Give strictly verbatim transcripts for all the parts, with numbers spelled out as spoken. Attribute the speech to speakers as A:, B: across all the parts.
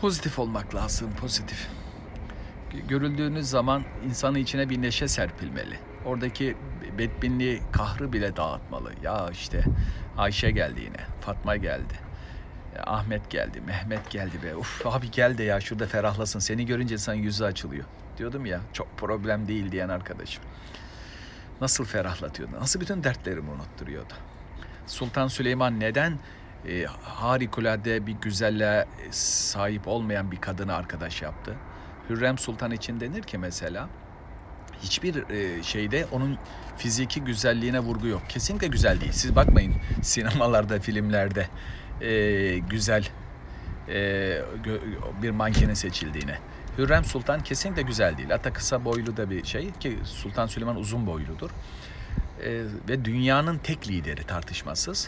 A: Pozitif olmak lazım, pozitif. Görüldüğünüz zaman insanın içine bir neşe serpilmeli. Oradaki bedbinliği, kahrı bile dağıtmalı. Ya işte Ayşe geldi yine, Fatma geldi, Ahmet geldi, Mehmet geldi be. Uf abi gel de ya şurada ferahlasın. Seni görünce insanın yüzü açılıyor. Diyordum ya çok problem değil diyen arkadaşım. Nasıl ferahlatıyordu, nasıl bütün dertlerimi unutturuyordu. Sultan Süleyman neden e, harikulade bir güzelliğe sahip olmayan bir kadını arkadaş yaptı? Hürrem Sultan için denir ki mesela hiçbir e, şeyde onun fiziki güzelliğine vurgu yok. Kesinlikle güzel değil. Siz bakmayın sinemalarda, filmlerde e, güzel e, bir mankenin seçildiğine. Hürrem Sultan kesinlikle güzel değil. Hatta kısa boylu da bir şey ki Sultan Süleyman uzun boyludur. E, ve dünyanın tek lideri tartışmasız.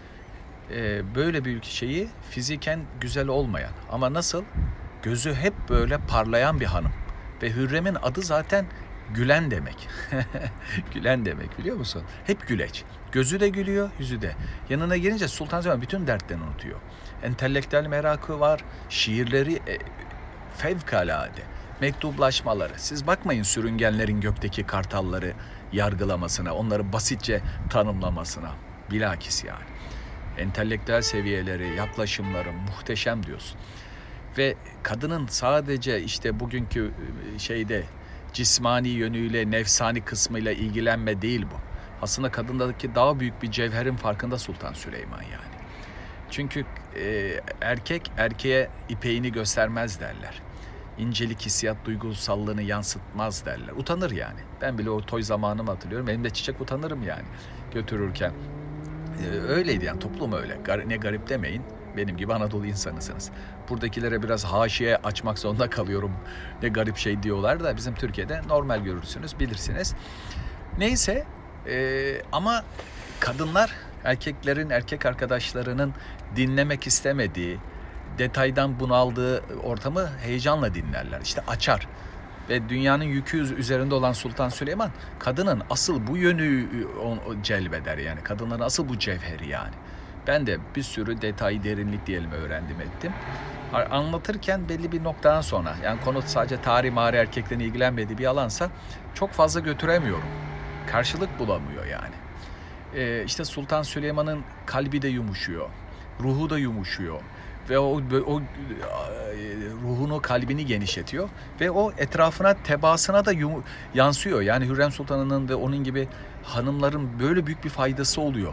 A: E, böyle bir şeyi fiziken güzel olmayan ama nasıl? Gözü hep böyle parlayan bir hanım. Ve Hürrem'in adı zaten gülen demek. Gülen demek biliyor musun? Hep güleç. Gözü de gülüyor, yüzü de. Yanına gelince Sultan Süleyman bütün dertlerini unutuyor. Entelektüel merakı var, şiirleri e, fevkalade. Mektuplaşmaları. Siz bakmayın sürüngenlerin gökteki kartalları yargılamasına, onları basitçe tanımlamasına. Bilakis yani. Entelektüel seviyeleri, yaklaşımları muhteşem diyorsun. Ve kadının sadece işte bugünkü şeyde cismani yönüyle, nefsani kısmıyla ilgilenme değil bu. Aslında kadındaki daha büyük bir cevherin farkında Sultan Süleyman yani. Çünkü e, erkek erkeğe ipeğini göstermez derler. İncelik, hissiyat, duygusallığını yansıtmaz derler. Utanır yani. Ben bile o toy zamanımı hatırlıyorum. Benim de çiçek utanırım yani götürürken. E, öyleydi yani toplum öyle. Gar- ne garip demeyin. Benim gibi Anadolu insanısınız. Buradakilere biraz haşiye açmak zorunda kalıyorum. Ne garip şey diyorlar da bizim Türkiye'de normal görürsünüz, bilirsiniz. Neyse e, ama kadınlar erkeklerin, erkek arkadaşlarının dinlemek istemediği, detaydan bunaldığı ortamı heyecanla dinlerler. İşte açar. Ve dünyanın yükü üzerinde olan Sultan Süleyman kadının asıl bu yönü celbeder yani. Kadınların asıl bu cevheri yani. Ben de bir sürü detay, derinlik diyelim öğrendim ettim. Anlatırken belli bir noktadan sonra yani konu sadece tarih, mari erkeklerin ilgilenmediği bir alansa çok fazla götüremiyorum. Karşılık bulamıyor yani. Ee, işte Sultan Süleyman'ın kalbi de yumuşuyor, ruhu da yumuşuyor. Ve o, o ruhunu, kalbini genişletiyor. Ve o etrafına, tebaasına da yum, yansıyor. Yani Hürrem Sultan'ın ve onun gibi hanımların böyle büyük bir faydası oluyor.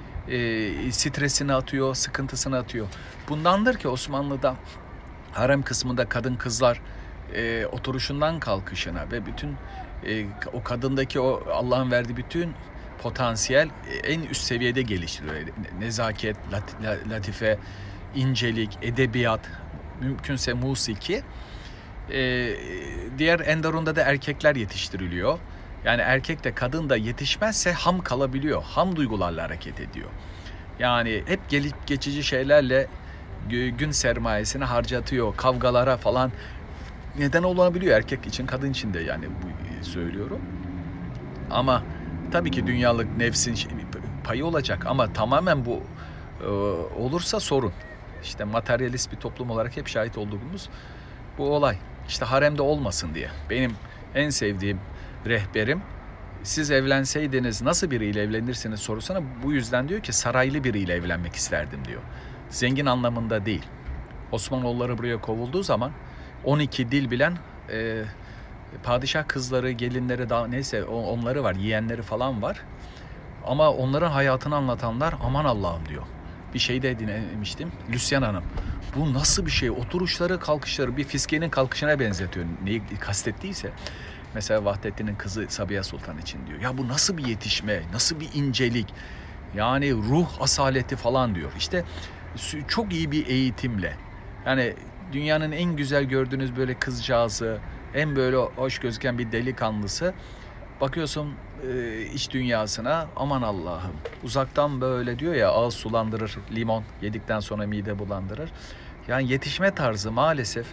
A: E, stresini atıyor, sıkıntısını atıyor. Bundandır ki Osmanlı'da harem kısmında kadın kızlar e, oturuşundan kalkışına ve bütün e, o kadındaki o Allah'ın verdiği bütün potansiyel e, en üst seviyede geliştiriyor. Nezaket, lat, latife, incelik, edebiyat, mümkünse musiki. E, diğer endarunda da erkekler yetiştiriliyor. Yani erkek de kadın da yetişmezse ham kalabiliyor. Ham duygularla hareket ediyor. Yani hep gelip geçici şeylerle gün sermayesini harcatıyor. Kavgalara falan neden olabiliyor erkek için, kadın için de yani bu söylüyorum. Ama tabii ki dünyalık nefsin payı olacak ama tamamen bu e, olursa sorun. İşte materyalist bir toplum olarak hep şahit olduğumuz bu olay. İşte haremde olmasın diye. Benim en sevdiğim rehberim siz evlenseydiniz nasıl biriyle evlenirsiniz sorusuna bu yüzden diyor ki saraylı biriyle evlenmek isterdim diyor. Zengin anlamında değil. Osmanoğulları buraya kovulduğu zaman on iki dil bilen e, padişah kızları, gelinleri daha neyse onları var, yeğenleri falan var. Ama onların hayatını anlatanlar aman Allah'ım diyor. Bir şey de dinlemiştim. Lüsyan Hanım. Bu nasıl bir şey? Oturuşları, kalkışları bir fiskenin kalkışına benzetiyor. Neyi kastettiyse. Mesela Vahdettin'in kızı Sabiha Sultan için diyor. Ya bu nasıl bir yetişme, nasıl bir incelik. Yani ruh asaleti falan diyor. İşte çok iyi bir eğitimle. Yani dünyanın en güzel gördüğünüz böyle kızcağızı, en böyle hoş gözüken bir delikanlısı. Bakıyorsun e, iç dünyasına aman Allah'ım. Uzaktan böyle diyor ya ağız sulandırır, limon yedikten sonra mide bulandırır. Yani yetişme tarzı maalesef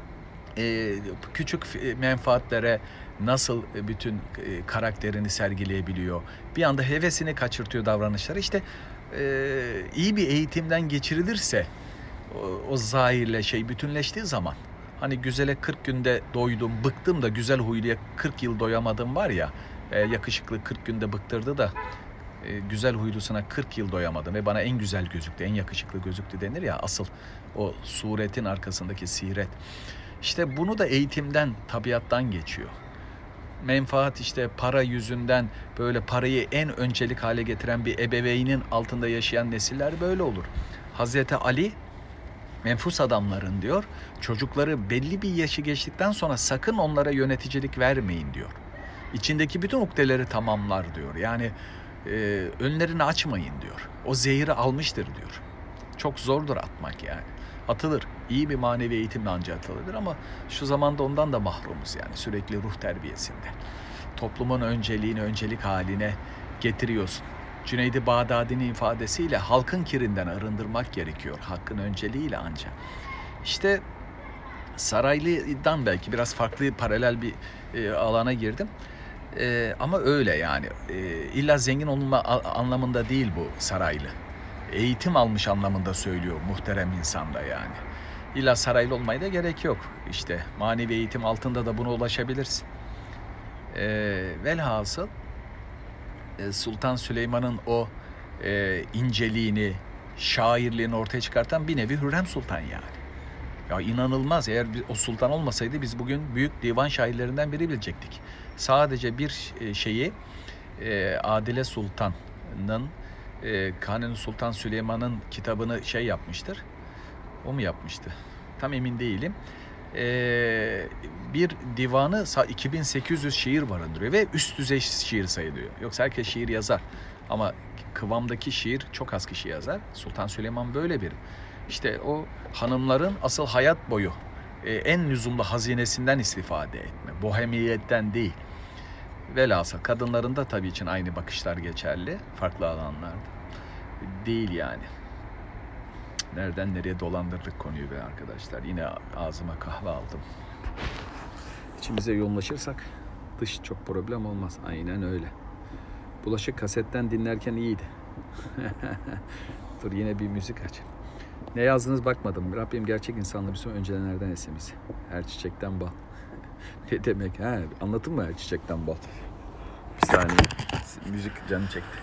A: e, küçük menfaatlere nasıl bütün e, karakterini sergileyebiliyor. Bir anda hevesini kaçırtıyor davranışları. İşte e, iyi bir eğitimden geçirilirse o, o zahirle şey bütünleştiği zaman, hani güzele kırk günde doydum, bıktım da güzel huyluya kırk yıl doyamadım var ya, e, yakışıklı kırk günde bıktırdı da e, güzel huylusuna kırk yıl doyamadım ve bana en güzel gözüktü, en yakışıklı gözüktü denir ya, asıl o suretin arkasındaki siret. İşte bunu da eğitimden, tabiattan geçiyor. Menfaat işte para yüzünden böyle parayı en öncelik hale getiren bir ebeveynin altında yaşayan nesiller böyle olur. Hazreti Ali menfus adamların diyor, çocukları belli bir yaşı geçtikten sonra sakın onlara yöneticilik vermeyin diyor. İçindeki bütün ukdeleri tamamlar diyor. Yani e, önlerini açmayın diyor. O zehiri almıştır diyor. Çok zordur atmak yani. Atılır. İyi bir manevi eğitimle ancak atılır ama şu zamanda ondan da mahrumuz yani, sürekli ruh terbiyesinde. Toplumun önceliğini öncelik haline getiriyorsun. Cüneyd-i Bağdadi'nin ifadesiyle halkın kirinden arındırmak gerekiyor. Hakkın önceliğiyle ancak. İşte Saraylı'dan belki biraz farklı paralel bir e, alana girdim. E, ama öyle yani. E, illa zengin olma anlamında değil bu saraylı. Eğitim almış anlamında söylüyor muhterem insanda yani. İlla saraylı olmaya da gerek yok. İşte manevi eğitim altında da buna ulaşabilirsin. E, velhasıl e, Sultan Süleyman'ın o e, inceliğini, şairliğini ortaya çıkartan bir nevi Hürrem Sultan yani. Ya inanılmaz, eğer o sultan olmasaydı biz bugün büyük divan şairlerinden biri bilecektik. Sadece bir şeyi e, Adile Sultan'ın e, Kanuni Sultan Süleyman'ın kitabını şey yapmıştır. O mu yapmıştı? Tam emin değilim. E, bir divanı iki bin sekiz yüz şiir barındırıyor ve üst düzey şiir sayılıyor. Yoksa herkes şiir yazar ama kıvamdaki şiir çok az kişi yazar. Sultan Süleyman böyle biri. İşte o hanımların asıl hayat boyu e, en lüzumlu hazinesinden istifade etme. Bohemiyetten değil. Velhasıl kadınların da tabii için aynı bakışlar geçerli. Farklı alanlarda. Değil yani. Nereden nereye dolandırdık konuyu be arkadaşlar. Yine ağzıma kahve aldım. İçimize yoğunlaşırsak dış çok problem olmaz. Aynen öyle. Bulaşık kasetten dinlerken iyiydi. Dur yine bir müzik aç. Ne yazdınız bakmadım. Rabbim gerçek insanla bir son öncelenlerden esemiz. Her çiçekten bal. Ne demek? Ha, anlatın mı her çiçekten bal? Bir saniye. Müzik canım çekti.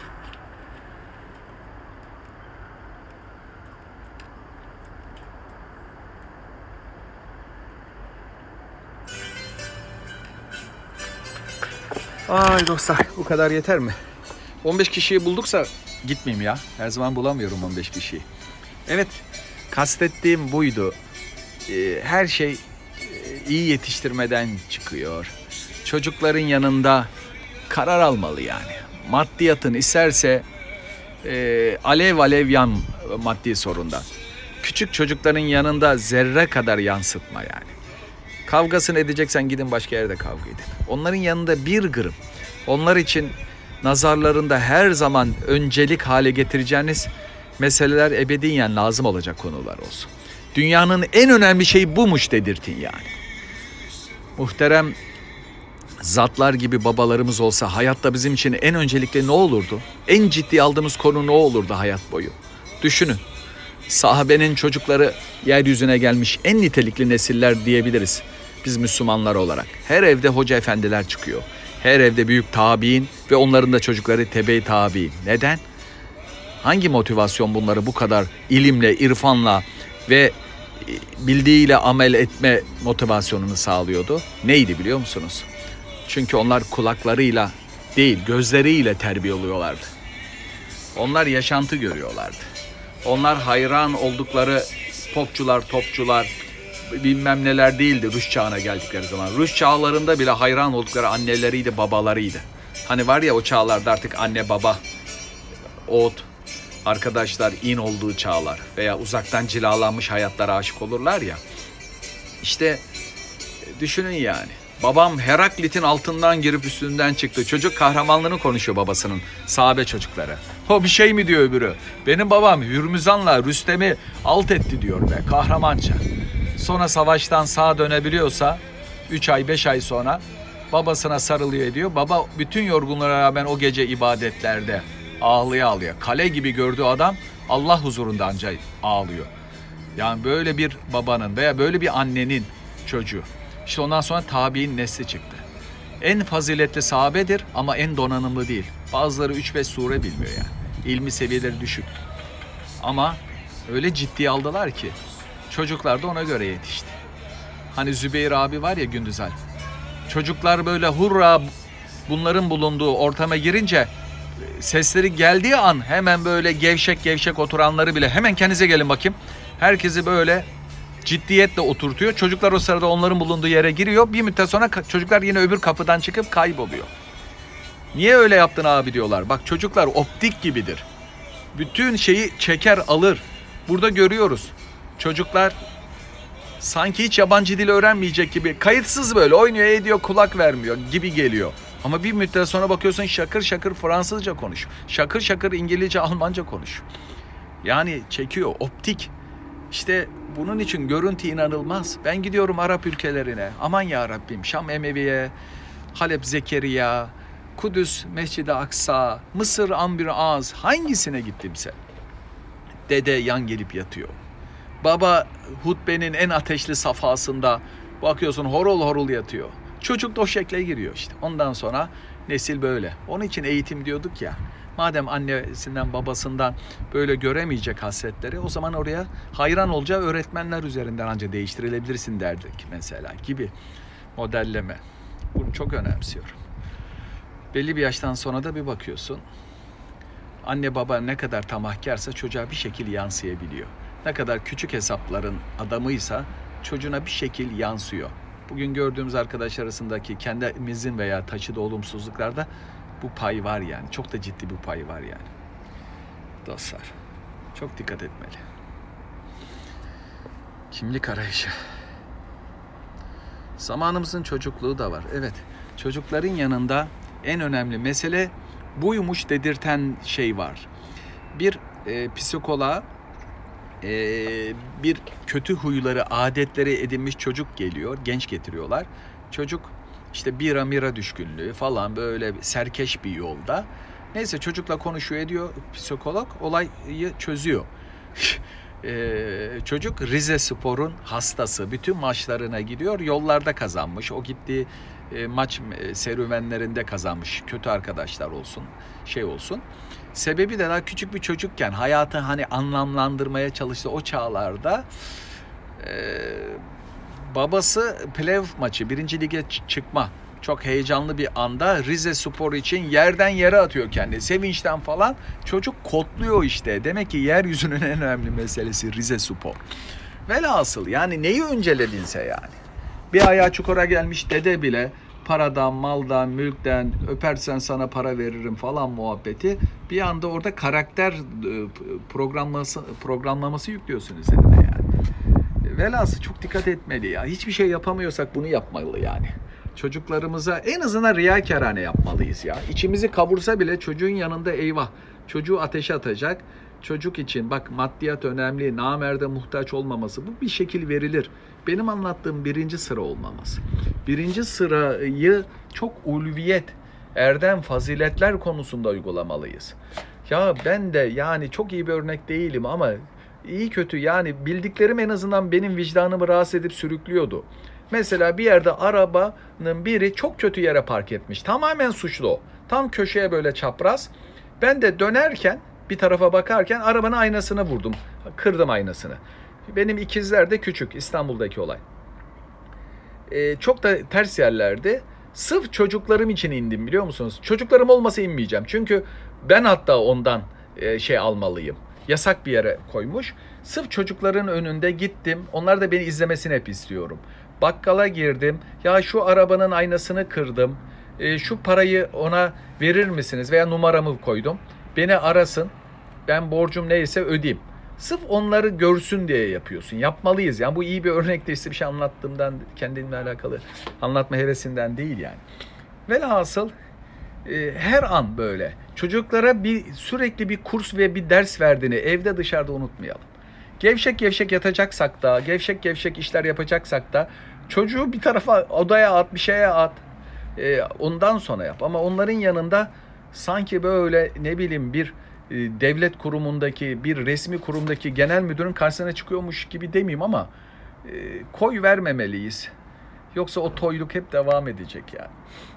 A: Ay dostlar, bu kadar yeter mi? on beş kişiyi bulduksa gitmeyeyim ya. Her zaman bulamıyorum on beş kişiyi. Evet, kastettiğim buydu. Ee, her şey iyi yetiştirmeden çıkıyor. Çocukların yanında karar almalı yani. Maddiyatın isterse e, alev alev yan maddi sorundan. Küçük çocukların yanında zerre kadar yansıtma yani. Kavgasını edeceksen gidin başka yerde kavga edin. Onların yanında bir gırım. Onlar için nazarlarında her zaman öncelik hale getireceğiniz meseleler ebediyen lazım olacak konular olsun. Dünyanın en önemli şeyi bumuş dedirtin yani. Muhterem zatlar gibi babalarımız olsa hayatta bizim için en öncelikli ne olurdu? En ciddi aldığımız konu ne olurdu hayat boyu? Düşünün. Sahabenin çocukları yeryüzüne gelmiş en nitelikli nesiller diyebiliriz biz Müslümanlar olarak. Her evde hoca efendiler çıkıyor. Her evde büyük tabiin ve onların da çocukları tebe-i tabiin. Neden? Hangi motivasyon bunları bu kadar ilimle, irfanla ve bildiğiyle amel etme motivasyonunu sağlıyordu? Neydi biliyor musunuz? Çünkü onlar kulaklarıyla değil, gözleriyle terbiye oluyorlardı. Onlar yaşantı görüyorlardı. Onlar hayran oldukları popçular, topçular, bilmem neler değildi Rus çağına geldikleri zaman. Rus çağlarında bile hayran oldukları anneleriydi, babalarıydı. Hani var ya o çağlarda artık anne baba, oğut, arkadaşlar in olduğu çağlar veya uzaktan cilalanmış hayatlara aşık olurlar ya. İşte düşünün yani. Babam Heraklit'in altından girip üstünden çıktı. Çocuk kahramanlığını konuşuyor babasının, sahabe çocukları. O bir şey mi diyor öbürü? Benim babam Hürmüzan'la Rüstem'i alt etti diyor be, kahramanca. Sonra savaştan sağa dönebiliyorsa üç ay beş ay sonra babasına sarılıyor ediyor. Baba bütün yorgunluğa rağmen o gece ibadetlerde ağlıya ağlıyor. Kale gibi gördüğü adam Allah huzurunda ancak ağlıyor. Yani böyle bir babanın veya böyle bir annenin çocuğu. İşte ondan sonra tabi'in nesli çıktı. En faziletli sahabedir ama en donanımlı değil. Bazıları üç beş sure bilmiyor yani. İlmi seviyeleri düşük. Ama öyle ciddiye aldılar ki çocuklar da ona göre yetişti. Hani Zübeyir abi var ya, Gündüz Alp. Çocuklar böyle hurra bunların bulunduğu ortama girince sesleri geldiği an hemen böyle gevşek gevşek oturanları bile hemen kendinize gelin bakayım. Herkesi böyle ciddiyetle oturtuyor. Çocuklar o sırada onların bulunduğu yere giriyor. Bir müddet sonra çocuklar yine öbür kapıdan çıkıp kayboluyor. Niye öyle yaptın abi diyorlar. Bak çocuklar optik gibidir. Bütün şeyi çeker alır. Burada görüyoruz. Çocuklar sanki hiç yabancı dil öğrenmeyecek gibi kayıtsız böyle oynuyor ediyor, kulak vermiyor gibi geliyor. Ama bir müddet sonra bakıyorsun şakır şakır Fransızca konuş. Şakır şakır İngilizce, Almanca konuş. Yani çekiyor, optik. İşte bunun için görüntü inanılmaz. Ben gidiyorum Arap ülkelerine. Aman ya Rabbim, Şam Emeviye, Halep Zekeriya, Kudüs Mescid-i Aksa, Mısır Amr Az, hangisine gittimse dede yan gelip yatıyor. Baba hutbenin en ateşli safhasında bakıyorsun horul horul yatıyor. Çocuk da o şekle giriyor işte. Ondan sonra nesil böyle. Onun için eğitim diyorduk ya. Madem annesinden babasından böyle göremeyecek hasretleri, o zaman oraya hayran olacağı öğretmenler üzerinden ancak değiştirilebilirsin derdik mesela gibi modelleme. Bunu çok önemsiyorum. Belli bir yaştan sonra da bir bakıyorsun. Anne baba ne kadar tamahkarsa çocuğa bir şekil yansıyabiliyor. Ne kadar küçük hesapların adamıysa çocuğuna bir şekil yansıyor. Bugün gördüğümüz arkadaşlar arasındaki kendimizin veya taşıdığı olumsuzluklarda bu pay var yani. Çok da ciddi bir pay var yani. Dostlar, çok dikkat etmeli. Kimlik arayışı. Zamanımızın çocukluğu da var. Evet, çocukların yanında en önemli mesele buymuş dedirten şey var. Bir e, psikoloğa e, bir kötü huyları, adetleri edinmiş çocuk geliyor, genç getiriyorlar. Çocuk işte bira mira düşkünlüğü falan böyle serkeş bir yolda. Neyse çocukla konuşuyor ediyor psikolog, olayı çözüyor. Ee, çocuk Rizespor'un hastası. Bütün maçlarına gidiyor. Yollarda kazanmış. O gittiği e, maç e, serüvenlerinde kazanmış. Kötü arkadaşlar olsun, şey olsun. Sebebi de daha küçük bir çocukken hayatı hani anlamlandırmaya çalıştığı o çağlarda e, babası playoff maçı, birinci lige çıkma. Çok heyecanlı bir anda Rizespor için yerden yere atıyor kendini. Sevinçten falan çocuk kodluyor işte. Demek ki yeryüzünün en önemli meselesi Rizespor. Velhasıl yani neyi önceledinse yani. Bir ayağı çukura gelmiş dede bile paradan, maldan, mülkten öpersen sana para veririm falan muhabbeti. Bir anda orada karakter programlaması, programlaması yüklüyorsun üzerine yani. Velhasıl çok dikkat etmeli ya. Hiçbir şey yapamıyorsak bunu yapmalı yani. Çocuklarımıza en azından riyakarane yapmalıyız ya. İçimizi kavursa bile çocuğun yanında eyvah. Çocuğu ateşe atacak. Çocuk için bak maddiyat önemli, namerde muhtaç olmaması bu bir şekil verilir. Benim anlattığım birinci sıra olmaması. Birinci sırayı çok ulviyet, erdem, faziletler konusunda uygulamalıyız. Ya ben de yani çok iyi bir örnek değilim ama iyi kötü yani bildiklerim en azından benim vicdanımı rahatsız edip sürüklüyordu. Mesela bir yerde arabanın biri çok kötü yere park etmiş. Tamamen suçlu o. Tam köşeye böyle çapraz. Ben de dönerken bir tarafa bakarken arabanın aynasını vurdum. Kırdım aynasını. Benim ikizler de küçük. İstanbul'daki olay. Ee, çok da ters yerlerde. Sırf çocuklarım için indim biliyor musunuz? Çocuklarım olmasa inmeyeceğim. Çünkü ben hatta ondan e, şey almalıyım. Yasak bir yere koymuş. Sırf çocukların önünde gittim. Onlar da beni izlemesini hep istiyorum. Bakkala girdim. Ya şu arabanın aynasını kırdım. E, şu parayı ona verir misiniz? Veya numaramı koydum. Beni arasın. Ben borcum neyse ödeyeyim. Sırf onları görsün diye yapıyorsun. Yapmalıyız. Yani bu iyi bir örnek değil. Size bir şey anlattığımdan, kendimle alakalı anlatma hevesinden değil yani. Velhasıl e, her an böyle. Çocuklara bir sürekli bir kurs ve bir ders verdiğini evde dışarıda unutmayalım. Gevşek gevşek yatacaksak da, gevşek gevşek işler yapacaksak da çocuğu bir tarafa odaya at, bir şeye at. E, ondan sonra yap. Ama onların yanında sanki böyle ne bileyim bir devlet kurumundaki bir resmi kurumdaki genel müdürün karşısına çıkıyormuş gibi demeyeyim ama koy vermemeliyiz. Yoksa o toyluk hep devam edecek yani.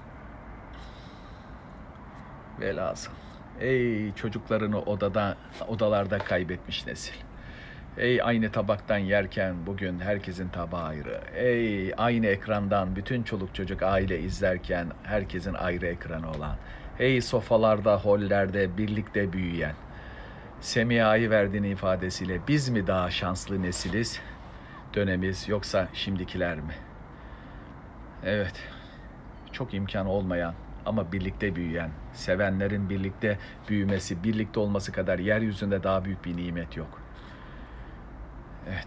A: Velhasıl. Ey çocuklarını odada, odalarda kaybetmiş nesil. Ey aynı tabaktan yerken bugün herkesin tabağı ayrı. Ey aynı ekrandan bütün çoluk çocuk aile izlerken herkesin ayrı ekranı olan. Ey sofalarda, hollerde birlikte büyüyen. Semiha'yı verdiğin ifadesiyle biz mi daha şanslı nesiliz, dönemiz yoksa şimdikiler mi? Evet, çok imkan olmayan ama birlikte büyüyen, sevenlerin birlikte büyümesi, birlikte olması kadar yeryüzünde daha büyük bir nimet yok. Evet.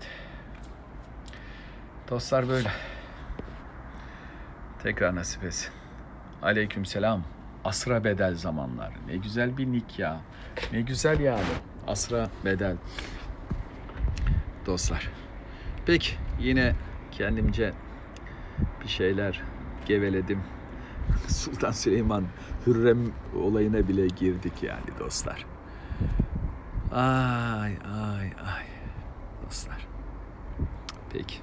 A: Dostlar böyle. Tekrar nasip etsin. Aleykümselam. Asra bedel zamanlar. Ne güzel bir nick ya. Ne güzel yani. Asra bedel. Dostlar. Peki yine kendimce bir şeyler geveledim. Sultan Süleyman Hürrem olayına bile girdik yani dostlar. Ay ay ay dostlar. Peki.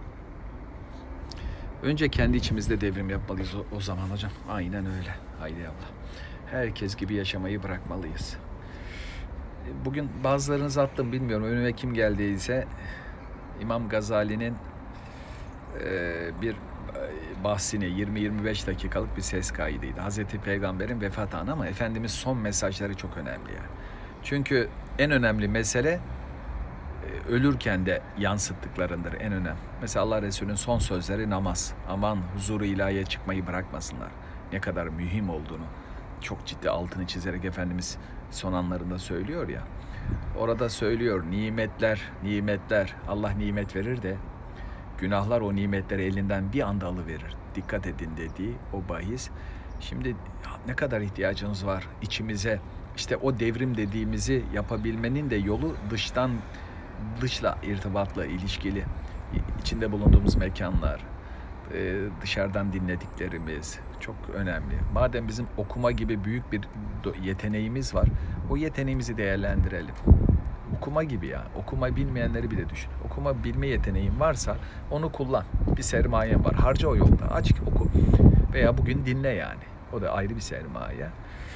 A: Önce kendi içimizde devrim yapmalıyız o, o zaman hocam. Aynen öyle. Haydi Allah. Herkes gibi yaşamayı bırakmalıyız. Bugün bazılarınızı attım bilmiyorum. Önüme kim geldiyse İmam Gazali'nin e, bir bahsini yirmi yirmi beş dakikalık bir ses kaydıydı. Hazreti Peygamber'in vefat anı ama Efendimiz son mesajları çok önemli yani. Çünkü en önemli mesele ölürken de yansıttıklarındır en önemli. Mesela Allah Resulü'nün son sözleri namaz. Aman huzuru ilahiye çıkmayı bırakmasınlar. Ne kadar mühim olduğunu çok ciddi altını çizerek Efendimiz son anlarında söylüyor ya. Orada söylüyor nimetler, nimetler Allah nimet verir de günahlar o nimetleri elinden bir anda alıverir. Dikkat edin dediği o bahis. Şimdi ne kadar ihtiyacımız var içimize işte o devrim dediğimizi yapabilmenin de yolu dıştan dışla irtibatla ilişkili içinde bulunduğumuz mekanlar, dışarıdan dinlediklerimiz çok önemli. Madem bizim okuma gibi büyük bir yeteneğimiz var, o yeteneğimizi değerlendirelim. Okuma gibi ya, okuma bilmeyenleri bile düşün. Okuma bilme yeteneğin varsa onu kullan. Bir sermayen var, harca o yolda, aç oku. Veya bugün dinle yani. O da ayrı bir sermaye.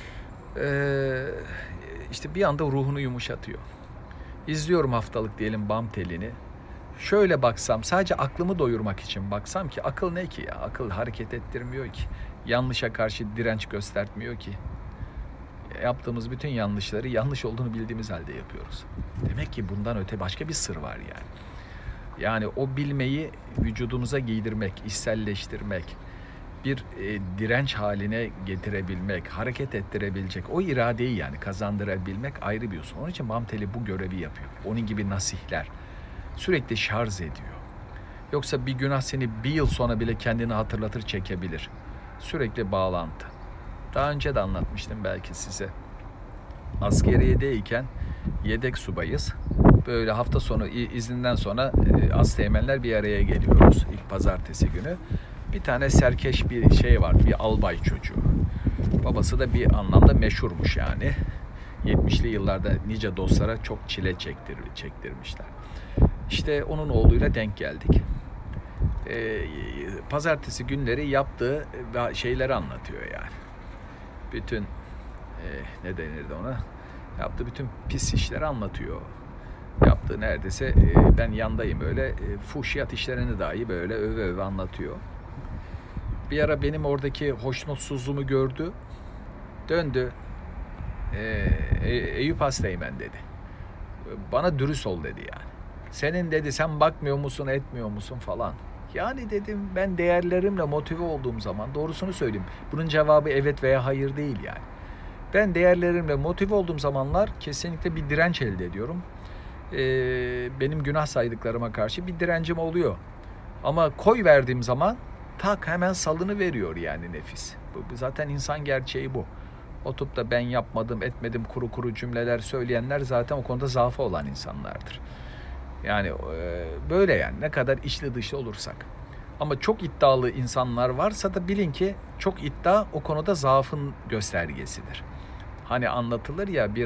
A: Ee, işte bir anda ruhunu yumuşatıyor. İzliyorum haftalık diyelim bam telini. Şöyle baksam, sadece aklımı doyurmak için baksam ki akıl ne ki ya? Akıl hareket ettirmiyor ki. Yanlışa karşı direnç göstermiyor ki. Yaptığımız bütün yanlışları yanlış olduğunu bildiğimiz halde yapıyoruz. Demek ki bundan öte başka bir sır var yani. Yani o bilmeyi vücudumuza giydirmek, içselleştirmek, bir e, direnç haline getirebilmek, hareket ettirebilecek, o iradeyi yani kazandırabilmek ayrı bir husus. Onun için Bamteli bu görevi yapıyor. Onun gibi nasihler sürekli şarj ediyor. Yoksa bir günah seni bir yıl sonra bile kendini hatırlatır, çekebilir. Sürekli bağlantı. Daha önce de anlatmıştım belki size. Askeriyedeyken yedek subayız. Böyle hafta sonu izninden sonra e, asteğmenler bir araya geliyoruz ilk pazartesi günü. Bir tane serkeş bir şey var, bir albay çocuğu. Babası da bir anlamda meşhurmuş yani. yetmişli yıllarda nice dostlara çok çile çektir, çektirmişler. İşte onun oğluyla denk geldik. Ee, pazartesi günleri yaptığı şeyleri anlatıyor yani. Bütün e, ne denirdi ona? Yaptığı bütün pis işleri anlatıyor. Yaptığı neredeyse e, ben yandayım öyle e, fuhşiyat işlerini dahi böyle öve öve anlatıyor. Bir ara benim oradaki hoşnutsuzluğumu gördü. Döndü. Ee, Eyüp Asteğmen dedi. Bana dürüst ol dedi yani. Senin dedi sen bakmıyor musun etmiyor musun falan. Yani dedim ben değerlerimle motive olduğum zaman doğrusunu söyleyeyim. Bunun cevabı evet veya hayır değil yani. Ben değerlerimle motive olduğum zamanlar kesinlikle bir direnç elde ediyorum. Ee, benim günah saydıklarıma karşı bir direncim oluyor. Ama koy verdiğim zaman tak hemen salını veriyor yani nefis. Bu, zaten insan gerçeği bu. Oturup da ben yapmadım, etmedim kuru kuru cümleler söyleyenler zaten o konuda zaafı olan insanlardır. Yani e, böyle yani ne kadar içli dışlı olursak. Ama çok iddialı insanlar varsa da bilin ki çok iddia o konuda zaafın göstergesidir. Hani anlatılır ya bir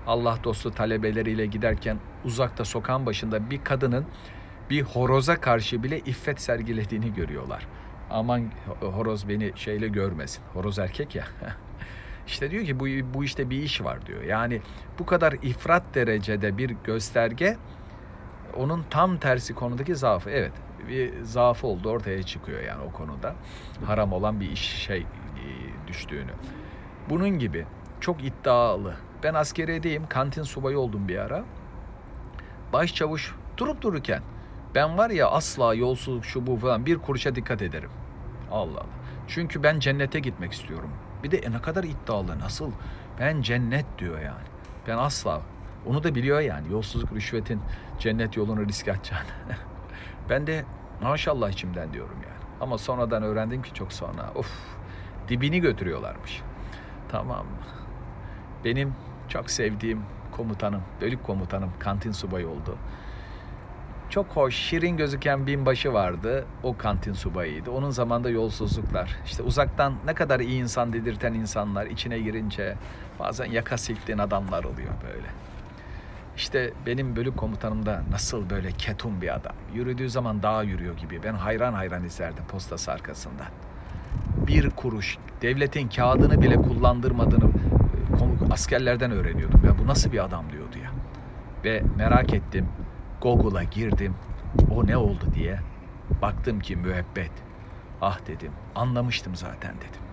A: Allah dostu talebeleriyle giderken uzakta sokağın başında bir kadının bir horoza karşı bile iffet sergilediğini görüyorlar. Aman horoz beni şeyle görmesin. Horoz erkek ya. İşte diyor ki bu, bu işte bir iş var diyor. Yani bu kadar ifrat derecede bir gösterge onun tam tersi konudaki zaafı. Evet, bir zaafı oldu, ortaya çıkıyor yani o konuda. Haram olan bir iş şey düştüğünü. Bunun gibi çok iddialı. Ben askeriyedeyim, kantin subayı oldum bir ara. Başçavuş durup dururken ben var ya asla yolsuzluk şu bu falan bir kuruşa dikkat ederim. Allah Allah. Çünkü ben cennete gitmek istiyorum. Bir de e, ne kadar iddialı, nasıl? Ben cennet diyor yani. Ben asla, onu da biliyor yani, yolsuzluk, rüşvetin cennet yolunu riske atacağını. Ben de maşallah içimden diyorum yani. Ama sonradan öğrendim ki çok sonra, of, dibini götürüyorlarmış. Tamam. Benim çok sevdiğim komutanım, bölük komutanım kantin subayı oldu. Çok hoş, şirin gözüken binbaşı vardı. O kantin subayıydı. Onun zamanında yolsuzluklar. İşte uzaktan ne kadar iyi insan dedirten insanlar içine girince bazen yaka silktiğin adamlar oluyor böyle. İşte benim bölük komutanım da nasıl böyle ketum bir adam. Yürüdüğü zaman dağ yürüyor gibi. Ben hayran hayran izlerdim postası arkasından. Bir kuruş, devletin kağıdını bile kullandırmadığını askerlerden öğreniyordum. Ya bu nasıl bir adam diyordu ya. Ve merak ettim. Google'a girdim. O ne oldu diye. Baktım ki müebbet. Ah dedim. Anlamıştım zaten dedim.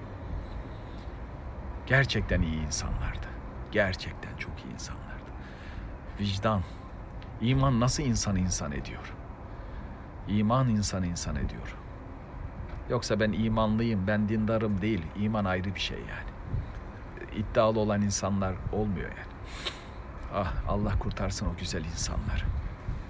A: Gerçekten iyi insanlardı. Gerçekten çok iyi insanlardı. Vicdan. İman nasıl insanı insan ediyor? İman insanı insan ediyor. Yoksa ben imanlıyım, ben dindarım değil. İman ayrı bir şey yani. İddialı olan insanlar olmuyor yani. Ah, Allah kurtarsın o güzel insanları.